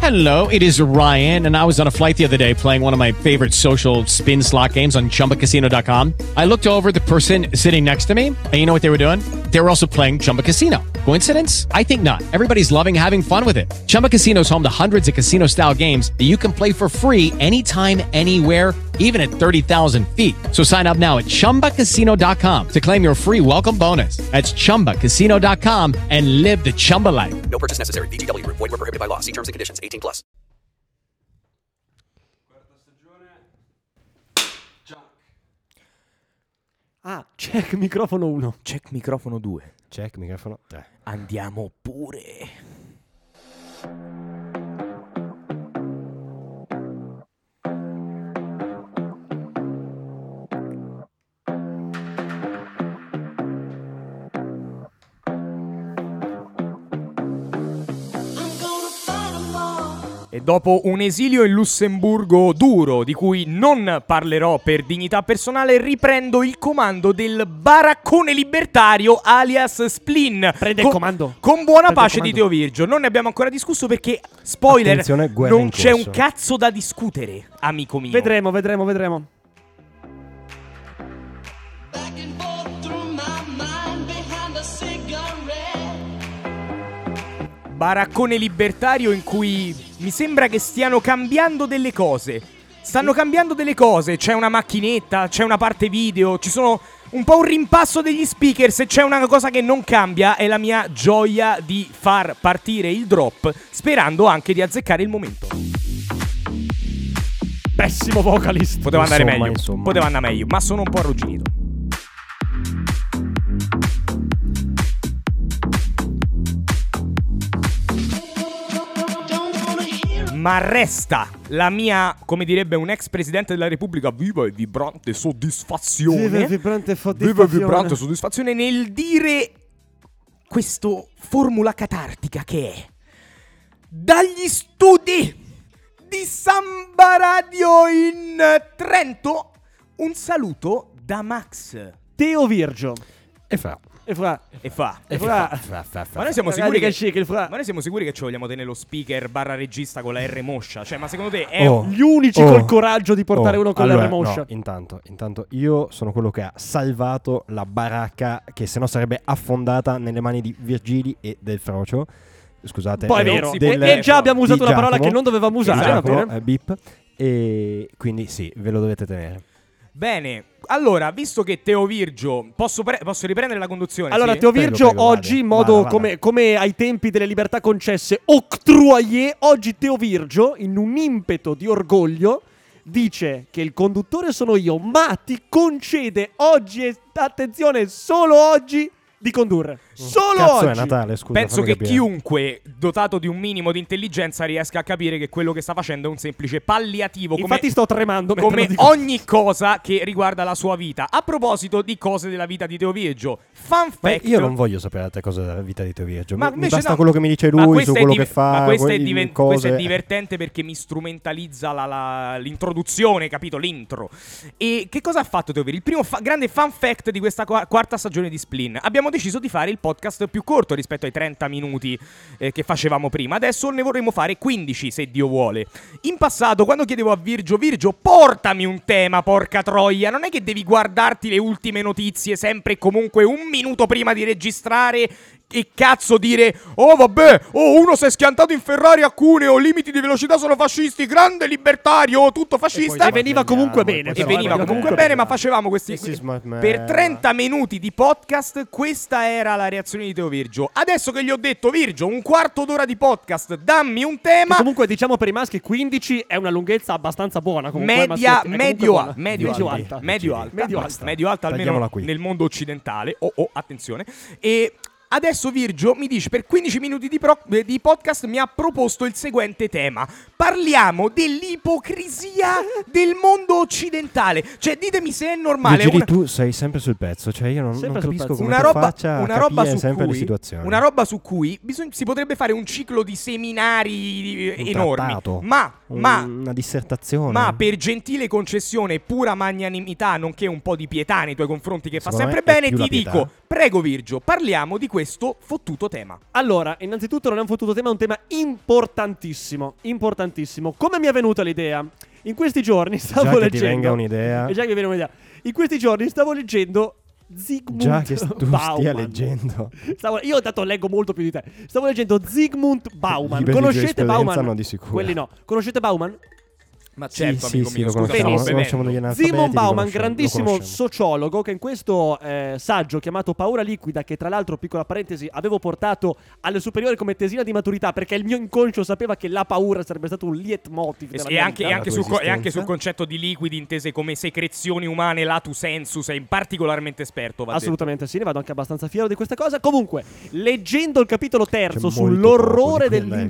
Hello, it is Ryan, and I was on a flight the other day playing one of my favorite social spin slot games on ChumbaCasino.com. I looked over at the person sitting next to me, and you know what they were doing? They were also playing Chumba Casino. Coincidence? I think not. Everybody's loving having fun with it. Chumba Casino is home to hundreds of casino-style games that you can play for free anytime, anywhere, even at 30,000 feet. So sign up now at ChumbaCasino.com to claim your free welcome bonus. That's ChumbaCasino.com and live the Chumba life. No purchase necessary. VGW. Void where prohibited by law. See terms and conditions. 18+. Quarta stagione. Check microfono 1. Check microfono 2. Check microfono 3. Andiamo pure. E dopo un esilio in Lussemburgo duro, di cui non parlerò per dignità personale, riprendo il comando del baraccone libertario alias Splin. Prende il comando. Con buona Prende pace il di comando. Teo Virgio. Non ne abbiamo ancora discusso perché, spoiler, Attenzione, guerra non in c'è corso. un cazzo da discutere, amico mio. Vedremo. Baraccone libertario in cui mi sembra che stiano cambiando delle cose. Stanno cambiando delle cose. C'è una macchinetta, c'è una parte video, ci sono un po' un rimpasso degli speakers. E c'è una cosa che non cambia, è la mia gioia di far partire il drop, sperando anche di azzeccare il momento. Pessimo vocalist. Poteva andare Insomma, meglio, insomma. poteva andare meglio, ma sono un po' arrugginito. Ma resta la mia, come direbbe un ex presidente della Repubblica, viva e vibrante soddisfazione. Viva e vibrante Viva e vibrante soddisfazione nel dire questo formula catartica che è: dagli studi di Samba Radio in Trento, un saluto da Max. Teo Virgio. E fra. Ma noi siamo sicuri che chic, il fra. Ma noi siamo sicuri che ci vogliamo tenere lo speaker barra regista con la R moscia? Cioè, ma secondo te è Gli unici col coraggio di portare uno con allora, la moscia. No, intanto io sono quello che ha salvato la baracca che sennò sarebbe affondata nelle mani di Virgili e del Frocio. Scusate. Poi è vero. del- E già abbiamo usato di una parola Giacomo. che non dovevamo usare. Esatto, Va bene? beep. E quindi sì, ve lo dovete tenere. Bene, allora, visto che Teo Virgio, posso riprendere la conduzione? Allora, sì? Teo Virgio Prego, oggi, in modo vada. come ai tempi delle libertà concesse, octroyé, oggi Teo Virgio, in un impeto di orgoglio, dice che il conduttore sono io, ma ti concede oggi, e attenzione, solo oggi, di condurre. Solo Cazzo, oggi. è Natale, scusa. Penso fammi che capire. chiunque dotato di un minimo di intelligenza riesca a capire che quello che sta facendo è un semplice palliativo, Infatti sto tremando mentre come lo dico. ogni cosa che riguarda la sua vita. A proposito di cose della vita di Teo Virgio, fun Ma fact. io non voglio sapere altre cose della vita di Teo Virgio. Ma Mi invece basta no. quello che mi dice Ma lui questo su è quello che fa. ma questo è, cose. questo è divertente perché mi strumentalizza l'introduzione, capito? L'intro. E che cosa ha fatto Teo Virgio? Il primo grande fun fact di questa quarta stagione di Splin: abbiamo deciso di fare il podcast più corto rispetto ai 30 minuti che facevamo prima. Adesso ne vorremmo fare 15, se Dio vuole. In passato, quando chiedevo a Virgio, portami un tema, porca troia, non è che devi guardarti le ultime notizie sempre e comunque un minuto prima di registrare e cazzo dire: oh vabbè, oh uno si è schiantato in Ferrari a Cuneo, limiti di velocità sono fascisti, grande libertario, tutto fascista. E veniva comunque bene. E però, veniva comunque bene, ma facevamo questi Ma- per 30 minuti di podcast. Questa era la reazione di Teo Virgio. Adesso che gli ho detto: Virgio, un quarto d'ora di podcast, dammi un tema. Che comunque diciamo per i maschi 15 è una lunghezza abbastanza buona. Comunque medio alta, almeno Tagliamola qui. nel mondo occidentale. Attenzione. E adesso Virgio mi dice: per 15 minuti di podcast mi ha proposto il seguente tema. Parliamo dell'ipocrisia del mondo occidentale. Cioè, ditemi se è normale. Virgili, tu sei sempre sul pezzo. Cioè, io non Sempre sul capisco pezzo. come una tu roba, faccia a una roba capire su sempre le cui, situazioni. una roba su cui si potrebbe fare un ciclo di seminari Un enormi. trattato. Ma Una dissertazione. Ma per gentile concessione e pura magnanimità, nonché un po' di pietà nei tuoi confronti, che fa Secondo sempre me è bene, più ti la pietà. dico: prego Virgio, parliamo di questo fottuto tema. Allora, innanzitutto non è un fottuto tema, è un tema importantissimo. Importantissimo. Come mi è venuta l'idea? In questi giorni stavo Già che leggendo. ti venga un'idea. Già che mi viene un'idea. In questi giorni stavo leggendo Zygmunt Già che tu Bauman. stia leggendo. Io intanto leggo molto più di te. Stavo leggendo Zygmunt Bauman. Libri di Conoscete giurisprudenza Bauman? no, di sicuro. Quelli no. Conoscete Bauman? Ma Sì, certo, sì, amico sì, mio, lo scusa, conosciamo, stavo conosciamo bevendo. degli analfabeti. Zygmunt Bauman, lo conosciamo. grandissimo sociologo, che in questo saggio chiamato Paura liquida, che tra l'altro, piccola parentesi, avevo portato alle superiori come tesina di maturità, perché il mio inconscio sapeva che la paura sarebbe stato un leitmotiv della E mia anche, vita. anche La sul, tua e anche esistenza. sul concetto di liquidi intese come secrezioni umane, lato sensu, sei particolarmente esperto. Va Assolutamente sì, ne vado anche abbastanza fiero di questa cosa. Comunque, leggendo il capitolo terzo C'è molto sull'orrore poco di quella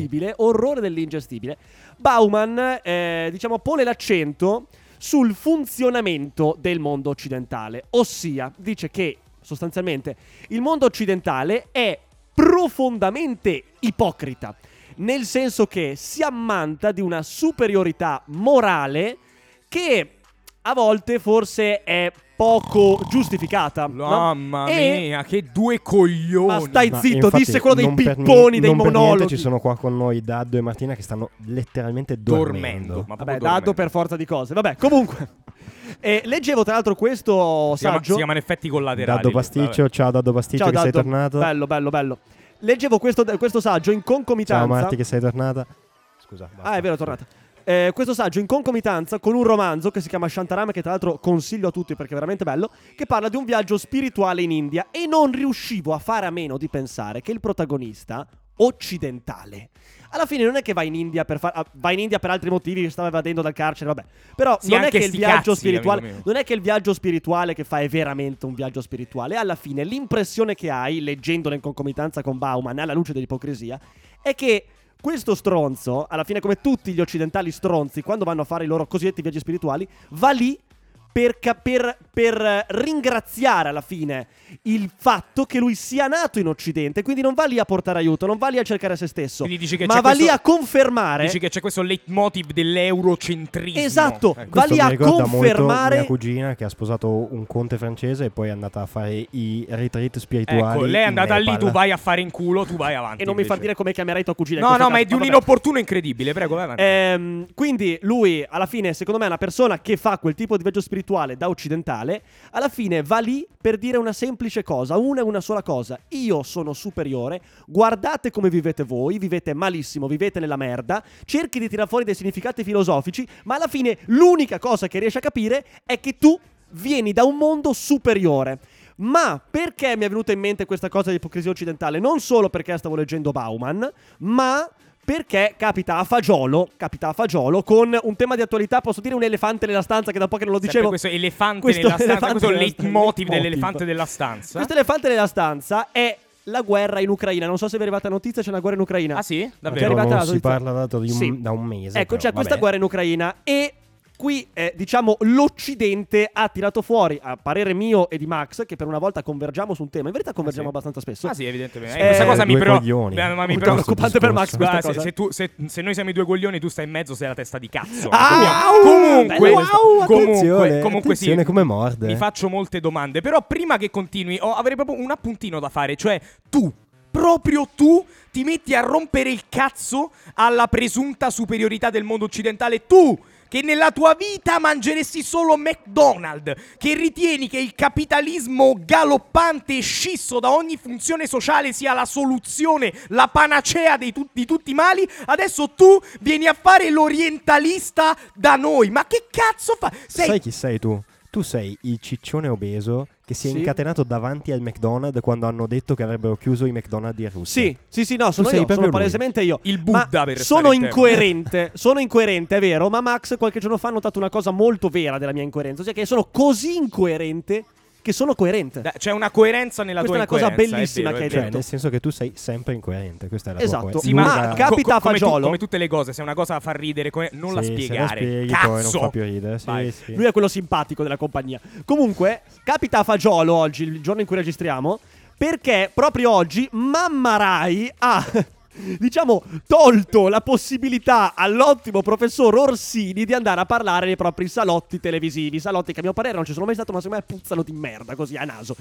dell'ingestibile, Bauman diciamo pone l'accento sul funzionamento del mondo occidentale, ossia dice che sostanzialmente il mondo occidentale è profondamente ipocrita, nel senso che si ammanta di una superiorità morale che a volte forse è poco giustificata. no? Mamma E- mia, che due coglioni. Ma stai Ma zitto, infatti disse quello dei non per pipponi, dei non per niente monologhi. ci sono qua con noi Daddo e Martina che stanno letteralmente dormendo. Ma Vabbè, proprio Daddo dormendo. per forza di cose. Vabbè, comunque. Leggevo tra l'altro questo Si saggio. chiamano effetti collaterali. Daddo Pasticcio, ciao Daddo Pasticcio Ciao che sei Daddo. tornato. Bello. Leggevo questo saggio in concomitanza. Ciao Marti che sei tornata. Scusa. basta. Ah, è vero, è tornata. Questo saggio in concomitanza con un romanzo che si chiama Shantaram, che tra l'altro consiglio a tutti perché è veramente bello, che parla di un viaggio spirituale in India, e non riuscivo a fare a meno di pensare che il protagonista occidentale alla fine non è che va in India va in India per altri motivi, che stava evadendo dal carcere, vabbè. Però Sì, non è anche che il sti viaggio cazzi, spirituale amico mio. non è che il viaggio spirituale che fa è veramente un viaggio spirituale. Alla fine l'impressione che hai leggendolo in concomitanza con Bauman, alla luce dell'ipocrisia, è che questo stronzo, alla fine come tutti gli occidentali stronzi, quando vanno a fare i loro cosiddetti viaggi spirituali, va lì per ringraziare alla fine il fatto che lui sia nato in Occidente, quindi non va lì a portare aiuto, non va lì a cercare se stesso, Quindi dici che ma c'è va lì questo- a confermare. Dici che c'è questo leitmotiv dell'eurocentrismo. Esatto. Ecco. Va Questo lì mi a ricorda molto confermare. mia cugina che ha sposato un conte francese e poi è andata a fare i retreat spirituali. Ecco, lei è in andata lì, Nepal. tu vai a fare in culo, tu vai avanti. E non mi fa invece. dire come chiamerai tua cugina. in No, questo no, ma è caso, di un vabbè. inopportuno incredibile, prego, vai avanti. Quindi lui alla fine, secondo me, è una persona che fa quel tipo di viaggio spirituale da occidentale. Alla fine va lì per dire una semplice cosa, una e una sola cosa: io sono superiore, guardate come vivete voi, vivete malissimo, vivete nella merda, cerchi di tirare fuori dei significati filosofici, ma alla fine l'unica cosa che riesci a capire è che tu vieni da un mondo superiore. Ma perché mi è venuta in mente questa cosa di ipocrisia occidentale? Non solo perché stavo leggendo Bauman, ma perché capita a fagiolo con un tema di attualità, posso dire un elefante nella stanza, che da poco che non lo Sempre dicevo. questo elefante Questo nella stanza, elefante questo nella leitmotiv stanza. dell'elefante della stanza. Questo elefante nella stanza è la guerra in Ucraina. Non so se vi è arrivata la notizia, c'è una guerra in Ucraina. Ah sì? È Davvero? arrivata non la si notizia. parla dato di Sì. da un mese. Ecco, però, c'è questa vabbè. guerra in Ucraina e qui, diciamo, l'Occidente ha tirato fuori, a parere mio e di Max, che per una volta convergiamo su un tema. In verità convergiamo sì. abbastanza spesso. Ah sì, evidentemente. Eh, questa cosa mi due però coglioni. ma mi Molto però preoccupante per Max questa Guarda, cosa. se noi siamo i due coglioni, tu stai in mezzo, sei la testa di cazzo. Ah, comunque, Attenzione, comunque sì. attenzione come morde. Mi faccio molte domande, però prima che continui avrei proprio un appuntino da fare, cioè proprio tu ti metti a rompere il cazzo alla presunta superiorità del mondo occidentale, tu che nella tua vita mangeresti solo McDonald's, che ritieni che il capitalismo galoppante e scisso da ogni funzione sociale sia la soluzione, la panacea di tutti i mali, adesso tu vieni a fare l'orientalista da noi. Ma che cazzo fa? Sai chi sei tu? Tu sei il ciccione obeso che si è Sì. incatenato davanti al McDonald's quando hanno detto che avrebbero chiuso i McDonald's in Russia. Sì, no, sono sei io, proprio sono lui. palesemente io. Il Buddha, Ma per sono restare in tema. sono incoerente, è vero, ma Max qualche giorno fa ha notato una cosa molto vera della mia incoerenza, ossia che sono così incoerente che sono coerente. C'è una coerenza nella Questa tua è una cosa incoerenza, bellissima è vero, che hai è vero. Cioè, nel senso che tu sei sempre incoerente. Questa è la Esatto. tua coerenza. Sì, ma capita a fagiolo. come tutte le cose, se una cosa fa ridere, non la Sì, se la spiegare. spieghi Cazzo! poi non fa più ridere. Sì, Vai. sì. Lui è quello simpatico della compagnia. Comunque, capita a fagiolo oggi, il giorno in cui registriamo, perché proprio oggi Mamma Rai ha diciamo tolto la possibilità all'ottimo professor Orsini di andare a parlare nei propri salotti televisivi, salotti che a mio parere non ci sono mai stato, ma secondo me puzzano di merda così a naso.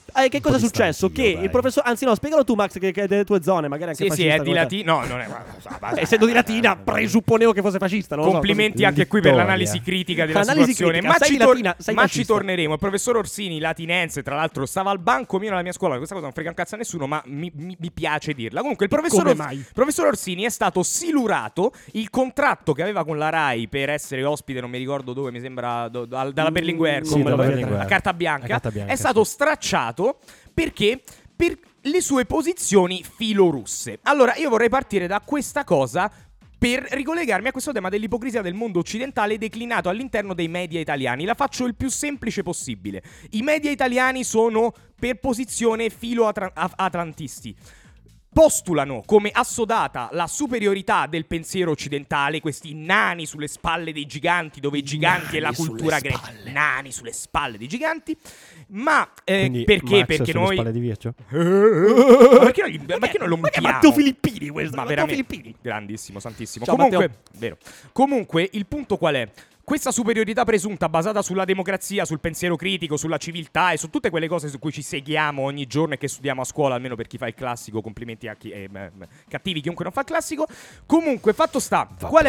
che cosa è successo? Che il professor, anzi no, spiegalo tu Max che è delle tue zone, magari anche Sì, fascista. è di Latina. No, non è. Essendo di Latina, presupponevo che fosse fascista. Non lo so, Complimenti così. anche qui per Vittoria. l'analisi critica della Analisi situazione. critica, sei latina, sei ma ci fascista. torneremo. Il professor Orsini, latinense, tra l'altro, stava al banco mio nella mia scuola. Questa cosa non frega un cazzo a nessuno, ma mi piace dirla. Comunque, il Come mai? professor Orsini è stato silurato. Il contratto che aveva con la Rai per essere ospite, non mi ricordo dove, mi sembra dalla Berlinguer, Sì, dalla Berlinguer. a carta bianca, A carta bianca, è stato sì. stracciato perché per le sue posizioni filorusse. Allora, io vorrei partire da questa cosa per ricollegarmi a questo tema dell'ipocrisia del mondo occidentale declinato all'interno dei media italiani. La faccio il più semplice possibile. I media italiani sono per posizione filo-atlantisti. Postulano come assodata la superiorità del pensiero occidentale, questi nani sulle spalle dei giganti, dove i giganti e la cultura greca. Nani sulle spalle dei giganti. Ma Quindi perché? Max Perché sulle noi. spalle di Virgio? Ma perché non lo Ma che mettiamo? Matteo Filippini questo? Ma Matteo veramente Filippini. grandissimo, santissimo. Ciao, Comunque, Matteo. vero. Comunque, il punto qual è? Questa superiorità presunta basata sulla democrazia, sul pensiero critico, sulla civiltà e su tutte quelle cose su cui ci seghiamo ogni giorno e che studiamo a scuola, almeno per chi fa il classico, complimenti a chi cattivi chiunque non fa il classico. Comunque, fatto sta, qual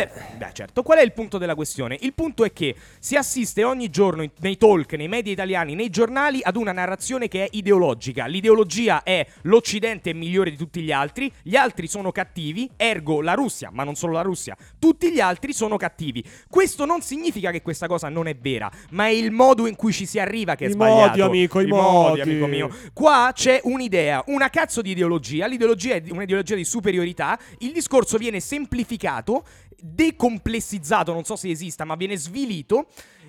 è il punto della questione? Il punto è che si assiste ogni giorno nei talk, nei media italiani, nei giornali ad una narrazione che è ideologica. L'ideologia è l'Occidente è migliore di tutti gli altri sono cattivi, ergo la Russia, ma non solo la Russia, tutti gli altri sono cattivi. Questo non significa che questa cosa non è vera, ma è il modo in cui ci si arriva che è sbagliato. Modi, amico, i modi, modi. amico mio. Qua c'è un'idea, una cazzo di ideologia. L'ideologia è un'ideologia di superiorità. Il discorso viene semplificato, decomplessizzato, non so se esista, ma viene svilito.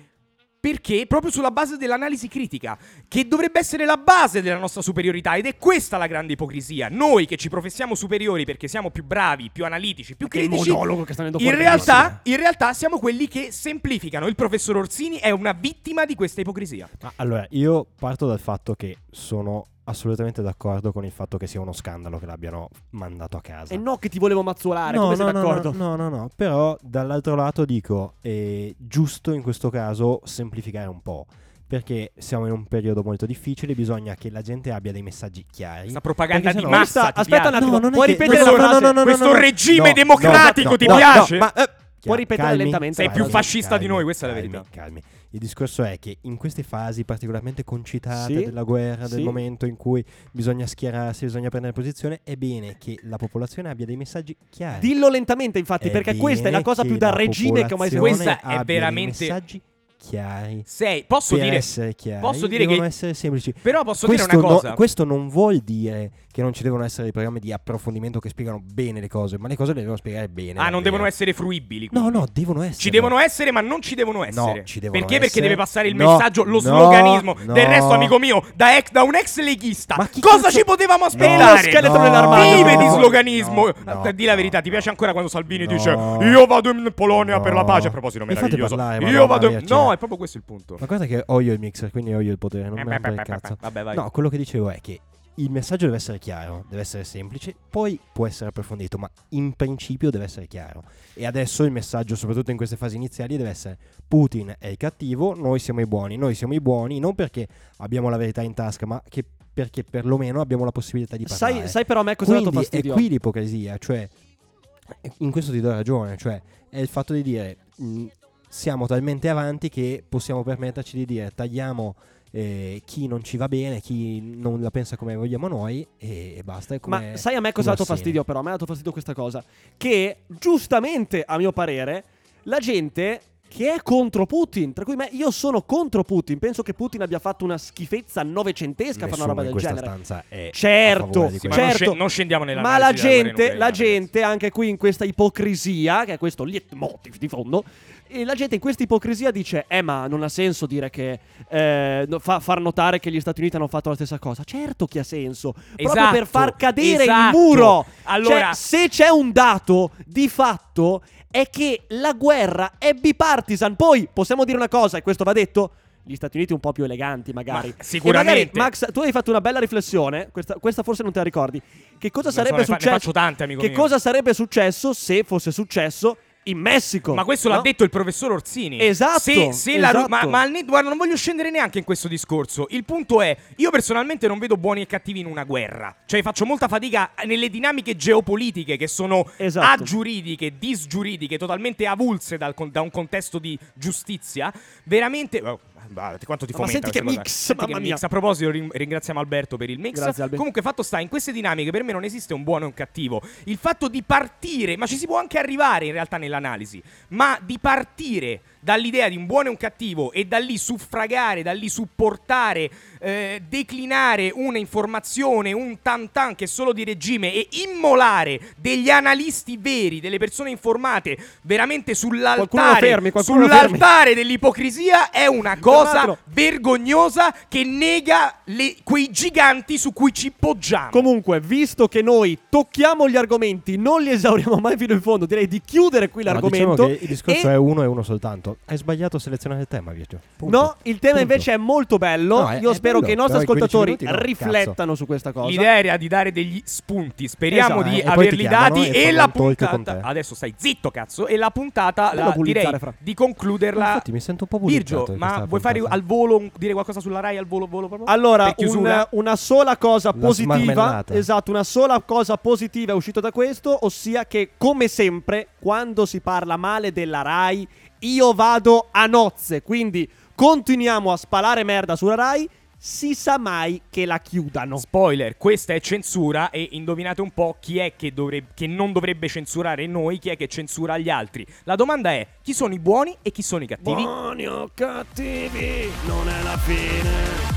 Perché? Proprio sulla base dell'analisi critica, che dovrebbe essere la base della nostra superiorità, ed è questa la grande ipocrisia. Noi che ci professiamo superiori perché siamo più bravi, più analitici, più Che il critici, monologo che sta venendo in fuori. realtà siamo quelli che semplificano. Il professor Orsini è una vittima di questa ipocrisia. Allora, io parto dal fatto che sono assolutamente d'accordo con il fatto che sia uno scandalo che l'abbiano mandato a casa. E no che ti volevo mazzolare, No, come sei no, d'accordo? no, però dall'altro lato dico, è giusto in questo caso semplificare un po', perché siamo in un periodo molto difficile, bisogna che la gente abbia dei messaggi chiari. Questa propaganda perché di sennò- massa ti Aspetta un piace? attimo, non è puoi che- ripetere no, la frase? no, Questo regime democratico ti piace? ma, Puoi ripetere calmi, lentamente? Sei vai, più vai. fascista di noi, questa è la verità. Calmi. Il discorso è che in queste fasi particolarmente concitate Sì, della guerra, del sì. momento in cui bisogna schierarsi, bisogna prendere posizione, è bene che la popolazione abbia dei messaggi chiari. Dillo lentamente, infatti, È perché questa è la bene cosa più che da la regime che ho mai sentito. Questa è abbia dei veramente- messaggi chiari. Posso Per dire essere chiari, posso dire devono che essere semplici. però posso Questo dire una cosa. questo non vuol dire che non ci devono essere dei programmi di approfondimento che spiegano bene le cose, ma le cose le devono spiegare bene. Non davvero. devono essere fruibili. No, quindi. no, devono essere. Ci devono essere, ma non ci devono essere. No, ci devono Perché? Perché essere. deve passare il No, messaggio, lo no, sloganismo. no. Del resto, amico mio, da un ex leghista, Ma chi cosa cazzo- ci potevamo Lo aspettare? scheletro No, nell'armadio. Vive di no, sloganismo. no, Di la verità, ti piace ancora quando Salvini No. dice io vado in Polonia No. per la pace? A proposito, Mi fate meraviglioso. parlare, Io Madonna vado. mia, No, cioè. è proprio questo il punto. Ma guarda che ho io il mixer, quindi ho io il potere, non mi rompere il cazzo. Vabbè, vai. No, quello che dicevo è che il messaggio deve essere chiaro, deve essere semplice, poi può essere approfondito, ma in principio deve essere chiaro. E adesso il messaggio, soprattutto in queste fasi iniziali, deve essere: Putin è il cattivo, noi siamo i buoni, non perché abbiamo la verità in tasca, ma che perché perlomeno abbiamo la possibilità di parlare. Sai però a me cosa ha dato Quindi fastidio? è qui l'ipocrisia, cioè in questo ti do ragione, cioè è il fatto di dire siamo talmente avanti che possiamo permetterci di dire tagliamo chi non ci va bene, chi non la pensa come vogliamo noi e basta. È come, Ma sai a me cosa ha dato come fastidio però? A me ha dato fastidio questa cosa. Che giustamente, a mio parere, la gente che è contro Putin, tra cui me, io sono contro Putin, penso che Putin abbia fatto una schifezza novecentesca a fare una roba del questa genere. stanza è a Certo, favore di Sì, questo. ma certo. non scendiamo nella Ma la gente anche qui in questa ipocrisia, che è questo leitmotiv di fondo, e la gente in questa ipocrisia dice ma non ha senso dire che far notare che gli Stati Uniti hanno fatto la stessa cosa. Certo che ha senso, proprio per far cadere il muro. Allora, Cioè, se c'è un dato di fatto è che la guerra è bipartisan. Poi possiamo dire una cosa, e questo va detto: gli Stati Uniti un po' più eleganti magari. Ma sicuramente. E magari, Max, tu hai fatto una bella riflessione, questa forse non te la ricordi. Che cosa sarebbe ne successo? faccio tante, amico Che mio. cosa sarebbe successo se fosse successo in Messico. Ma questo l'ha detto il professor Orsini. Esatto. Esatto. Guarda, non voglio scendere neanche in questo discorso. Il punto è, io personalmente non vedo buoni e cattivi in una guerra. Cioè faccio molta fatica nelle dinamiche geopolitiche che sono agiuridiche, disgiuridiche, totalmente avulse da un contesto di giustizia. Veramente... quanto ti fomenta, senti che mix, mamma mia. A proposito, ringraziamo Alberto per il mix. Grazie, Alberto. Comunque fatto sta, in queste dinamiche per me non esiste un buono e un cattivo. Il fatto di partire, ma ci si può anche arrivare in realtà nell'analisi, ma di partire dall'idea di un buono e un cattivo e da lì suffragare, da lì supportare, declinare una informazione, un tantan che è solo di regime e immolare degli analisti veri, delle persone informate veramente sull'altare dell'ipocrisia è una cosa vergognosa che nega quei giganti su cui ci poggiamo. Comunque, visto che noi tocchiamo gli argomenti, non li esauriamo mai fino in fondo, direi di chiudere qui l'argomento. Diciamo che il discorso è uno soltanto. Hai sbagliato a selezionare il tema, Virgio. No, il tema invece è molto bello. No, io spero bello, che i nostri ascoltatori riflettano cazzo. su questa cosa. L'idea era di dare degli spunti. Speriamo di E poi averli ti chiamano dati. e E la fanno il talk con puntata. te. Adesso stai zitto, cazzo. E la puntata direi di concluderla. Infatti, mi sento un po' bullizzato. Virgio, ma vuoi fare al volo dire qualcosa sulla Rai al volo proprio? Allora, Per chiusura? una sola cosa positiva. smarmellata. Esatto, una sola cosa positiva è uscita da questo, ossia che, come sempre, quando si parla male della Rai, io vado a nozze. Quindi continuiamo a spalare merda sulla Rai. Si sa mai che la chiudano. Spoiler, questa è censura. E indovinate un po' chi è che non dovrebbe censurare noi, chi è che censura gli altri. La domanda è: chi sono i buoni e chi sono i cattivi? Buoni o cattivi, non è la fine.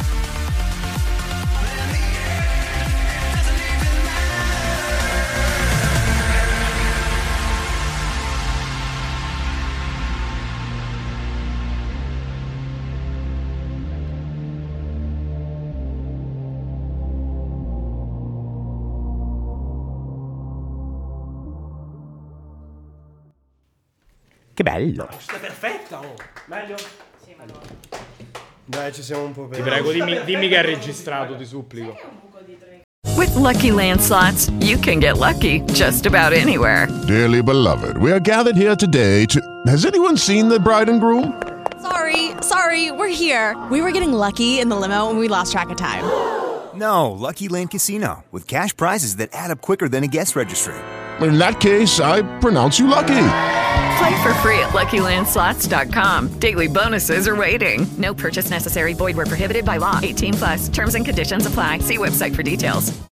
Che bello. È perfetta, oh. Meglio? Sì, ma no. Dai, ci siamo un po' per... Ti prego, dimmi che è registrato, ti supplico. With Lucky Land Slots, you can get lucky just about anywhere. Dearly beloved, we are gathered here today to... Has anyone seen the bride and groom? Sorry, we're here. We were getting lucky in the limo and we lost track of time. No, Lucky Land Casino, with cash prizes that add up quicker than a guest registry. In that case, I pronounce you lucky. Play for free at LuckyLandSlots.com. Daily bonuses are waiting. No purchase necessary. Void where prohibited by law. 18+. Terms and conditions apply. See website for details.